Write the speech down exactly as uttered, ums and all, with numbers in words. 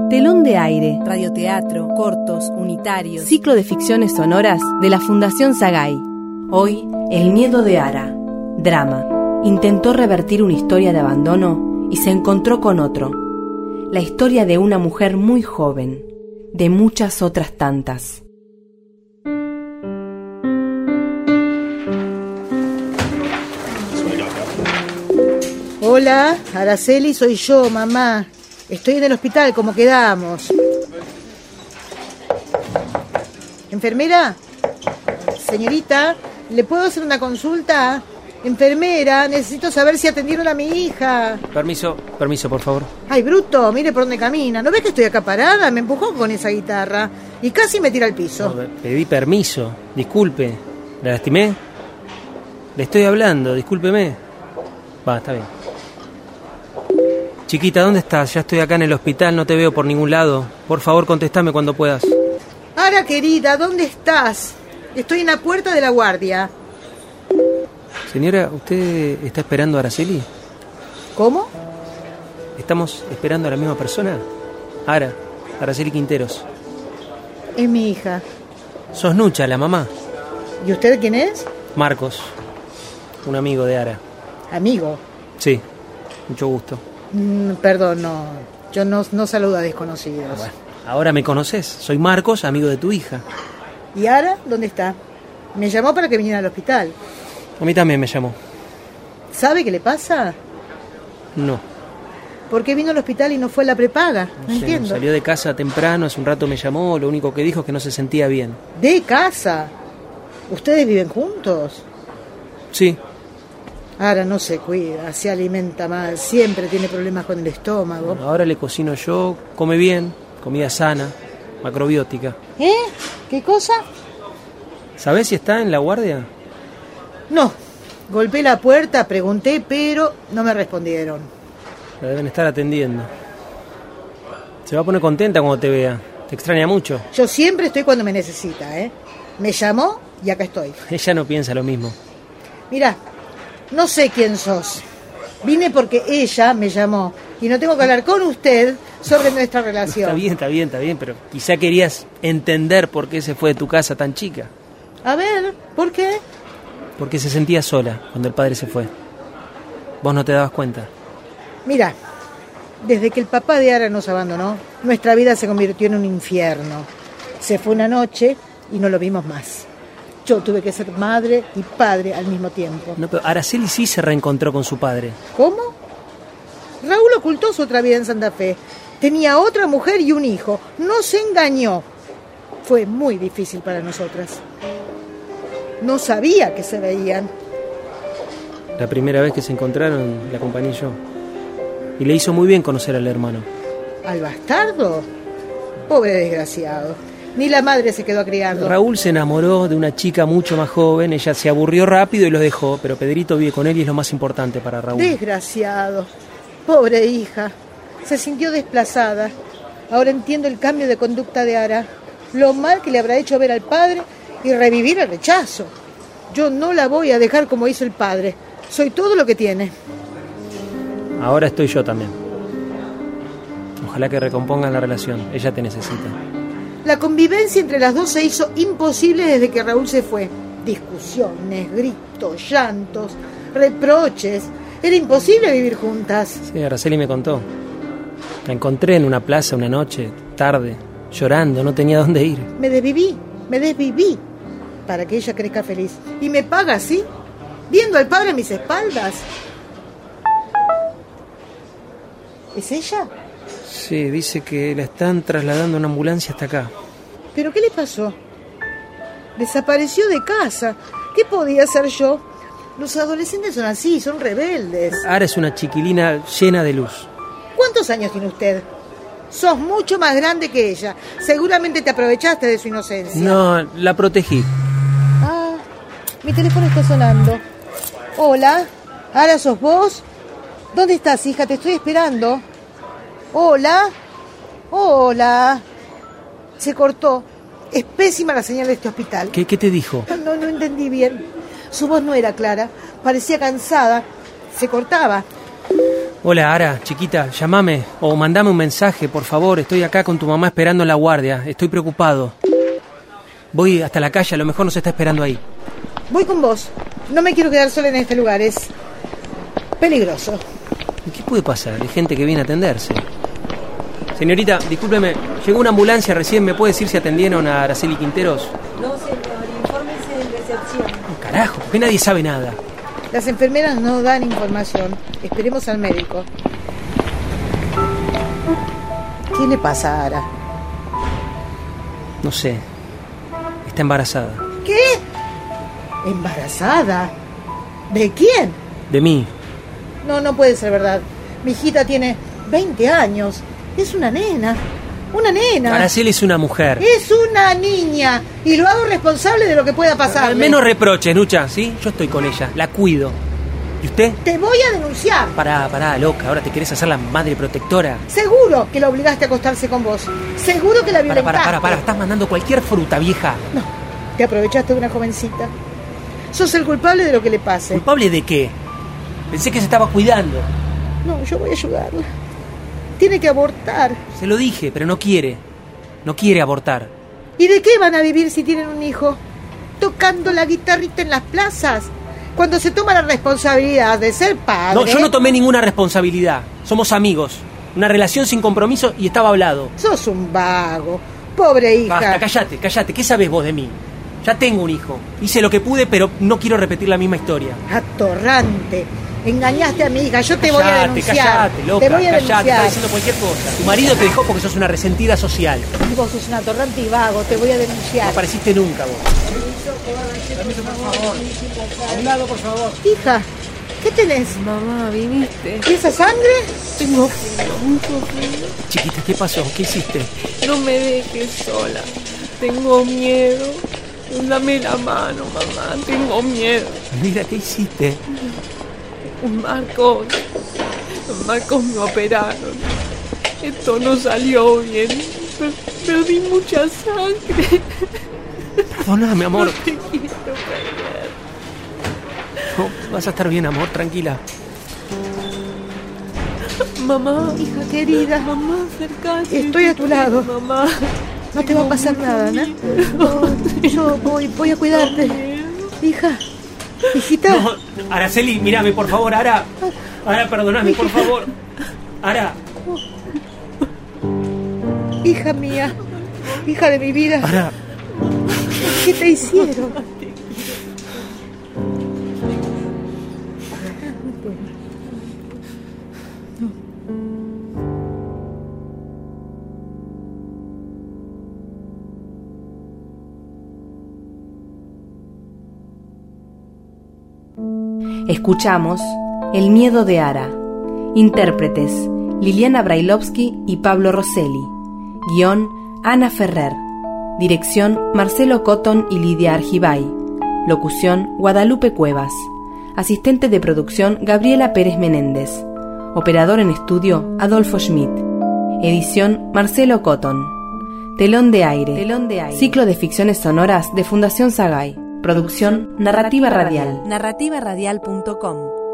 Telón de aire, radioteatro, cortos, unitarios, ciclo de ficciones sonoras de la Fundación Sagay. Hoy, El miedo de Ara, drama. Intentó revertir una historia de abandono y se encontró con otro. La historia de una mujer muy joven, de muchas otras tantas. Hola, Araceli, soy yo, mamá. Estoy en el hospital, como quedamos. ¿Enfermera? Señorita, ¿le puedo hacer una consulta? Enfermera, necesito saber si atendieron a mi hija. Permiso, permiso, por favor. Ay, bruto, mire por dónde camina. ¿No ves que estoy acá parada? Me empujó con esa guitarra y casi me tira al piso. No, pedí permiso, disculpe. ¿La lastimé? Le estoy hablando, discúlpeme. Va, está bien. Chiquita, ¿dónde estás? Ya estoy acá en el hospital, no te veo por ningún lado. Por favor, contestame cuando puedas. Ara, querida, ¿dónde estás? Estoy en la puerta de la guardia. Señora, ¿usted está esperando a Araceli? ¿Cómo? ¿Estamos esperando a la misma persona? Ara, Araceli Quinteros. Es mi hija. Sos Nucha, la mamá. ¿Y usted quién es? Marcos, un amigo de Ara. ¿Amigo? Sí, mucho gusto. Mm, perdón, no. Yo no, no saludo a desconocidos. Bueno, ahora me conoces. Soy Marcos, amigo de tu hija. ¿Y Ara dónde está? Me llamó para que viniera al hospital. A mí también me llamó. ¿Sabe qué le pasa? No. ¿Por qué vino al hospital y no fue a la prepaga? No, No sé, entiendo. Salió de casa temprano, hace un rato me llamó. Lo único que dijo es que no se sentía bien. ¿De casa? ¿Ustedes viven juntos? Sí. Ara no se cuida, se alimenta mal, siempre tiene problemas con el estómago. Ahora le cocino yo, come bien, comida sana, macrobiótica. ¿Eh? ¿Qué cosa? ¿Sabés si está en la guardia? No, golpeé la puerta, pregunté, pero no me respondieron. La deben estar atendiendo. Se va a poner contenta cuando te vea. Te extraña mucho. Yo siempre estoy cuando me necesita, ¿eh? Me llamó y acá estoy. Ella no piensa lo mismo. Mirá, no sé quién sos. Vine porque ella me llamó y no tengo que hablar con usted sobre nuestra relación. Está bien, está bien, está bien, pero quizá querías entender por qué se fue de tu casa tan chica. A ver, ¿por qué? Porque se sentía sola cuando el padre se fue. Vos no te dabas cuenta. Mira, desde que el papá de Ara nos abandonó, nuestra vida se convirtió en un infierno. Se fue una noche y no lo vimos más. Yo tuve que ser madre y padre al mismo tiempo. No, pero Araceli sí se reencontró con su padre. ¿Cómo? Raúl ocultó su otra vida en Santa Fe. Tenía otra mujer y un hijo. No se engañó. Fue muy difícil para nosotras. No sabía que se veían. La primera vez que se encontraron la acompañé yo. Y le hizo muy bien conocer al hermano. ¿Al bastardo? Pobre desgraciado. Ni la madre se quedó criando. Raúl se enamoró de una chica mucho más joven. Ella se aburrió rápido y los dejó. Pero Pedrito vive con él y es lo más importante para Raúl. Desgraciado. Pobre hija. Se sintió desplazada. Ahora entiendo el cambio de conducta de Ara. Lo mal que le habrá hecho ver al padre y revivir el rechazo. Yo no la voy a dejar como hizo el padre. Soy todo lo que tiene. Ahora estoy yo también. Ojalá que recompongan la relación. Ella te necesita. La convivencia entre las dos se hizo imposible desde que Raúl se fue. Discusiones, gritos, llantos, reproches. Era imposible vivir juntas. Sí, Araceli me contó. La encontré en una plaza una noche, tarde, llorando, no tenía dónde ir. Me desviví, me desviví para que ella crezca feliz. Y me paga así, viendo al padre a mis espaldas. ¿Es ella? Sí, dice que la están trasladando en una ambulancia hasta acá. ¿Pero qué le pasó? Desapareció de casa. ¿Qué podía hacer yo? Los adolescentes son así, son rebeldes. Ara es una chiquilina llena de luz. ¿Cuántos años tiene usted? Sos mucho más grande que ella. Seguramente te aprovechaste de su inocencia. No, la protegí. Ah, mi teléfono está sonando. Hola, ¿Ara sos vos? ¿Dónde estás, hija? Te estoy esperando. Hola, hola. Se cortó. Es pésima la señal de este hospital. ¿Qué, qué te dijo? No, no entendí bien. Su voz no era clara. Parecía cansada. Se cortaba. Hola, Ara, chiquita, llámame o mandame un mensaje, por favor. Estoy acá con tu mamá esperando en la guardia. Estoy preocupado. Voy hasta la calle, a lo mejor nos está esperando ahí. Voy con vos. No me quiero quedar sola en este lugar, es peligroso. ¿Y qué puede pasar? Hay gente que viene a atenderse. Señorita, discúlpeme, llegó una ambulancia recién. ¿Me puede decir si atendieron a Araceli Quinteros? No, señor, infórmese en recepción. Oh, carajo, ¿por qué nadie sabe nada? Las enfermeras no dan información. Esperemos al médico. ¿Qué le pasa a Ara? No sé. Está embarazada. ¿Qué? ¿Embarazada? ¿De quién? De mí. No, no puede ser verdad. Mi hijita tiene veinte años. Es una nena. Una nena. Araceli es una mujer. Es una niña. Y lo hago responsable de lo que pueda pasar. Al menos reproches, Nucha, ¿sí? Yo estoy con ella. La cuido. ¿Y usted? Te voy a denunciar. Pará, pará, loca. Ahora te querés hacer la madre protectora. Seguro que la obligaste a acostarse con vos. Seguro que la violentaste. Para, para, para, para. Estás mandando cualquier fruta, vieja. No. Te aprovechaste de una jovencita. Sos el culpable de lo que le pase. ¿Culpable de qué? Pensé que se estaba cuidando. No, yo voy a ayudarla. Tiene que abortar. Se lo dije, pero no quiere. No quiere abortar. ¿Y de qué van a vivir si tienen un hijo? ¿Tocando la guitarrita en las plazas? Cuando se toma la responsabilidad de ser padre... No, yo no tomé ninguna responsabilidad. Somos amigos. Una relación sin compromiso y estaba hablado. Sos un vago. Pobre hija. Basta, cállate, cállate. ¿Qué sabés vos de mí? Ya tengo un hijo. Hice lo que pude, pero no quiero repetir la misma historia. Atorrante. Engañaste a mi hija. Yo te Callate, voy a denunciar. Callate, loca, te voy a callate. denunciar. Estás diciendo cualquier cosa. Tu marido te dejó porque sos una resentida social. Y vos sos un atorrante y vago. Te voy a denunciar. No apareciste nunca vos. Permiso, por favor. A un lado, por favor. Hija, ¿qué tenés? Mamá, ¿viniste? ¿Y esa sangre? Tengo frío, mucho frío. Chiquita, ¿qué pasó? ¿Qué hiciste? No me dejes sola. Tengo miedo. Dame la mano, mamá. Tengo miedo. Mira, ¿qué hiciste? Marcos. Marcos me operaron. Esto no salió bien. Per- Perdí mucha sangre. Perdóname, amor. No te quiero perder. No, vas a estar bien, amor, tranquila. Mamá. Hija querida. Mamá, acercate. Estoy a tu lado. Mamá. No te va a pasar nada, ¿no? No, yo voy, voy a cuidarte. Hija, hijita. No, Araceli, mírame, por favor, Ara. Ara, perdóname, por favor. Ara. Hija mía, hija de mi vida. Ara. ¿Qué te hicieron? Escuchamos El miedo de Ara. Intérpretes: Liliana Brailovsky y Pablo Rosselli. Guión: Ana Ferrer. Dirección: Marcelo Cotton y Lidia Argibay. Locución: Guadalupe Cuevas. Asistente de producción: Gabriela Pérez Menéndez. Operador en estudio: Adolfo Schmidt. Edición: Marcelo Cotton. Telón de aire. Telón de aire. Ciclo de ficciones sonoras de Fundación Sagay. Producción Narrativa Radial. narrativa radial punto com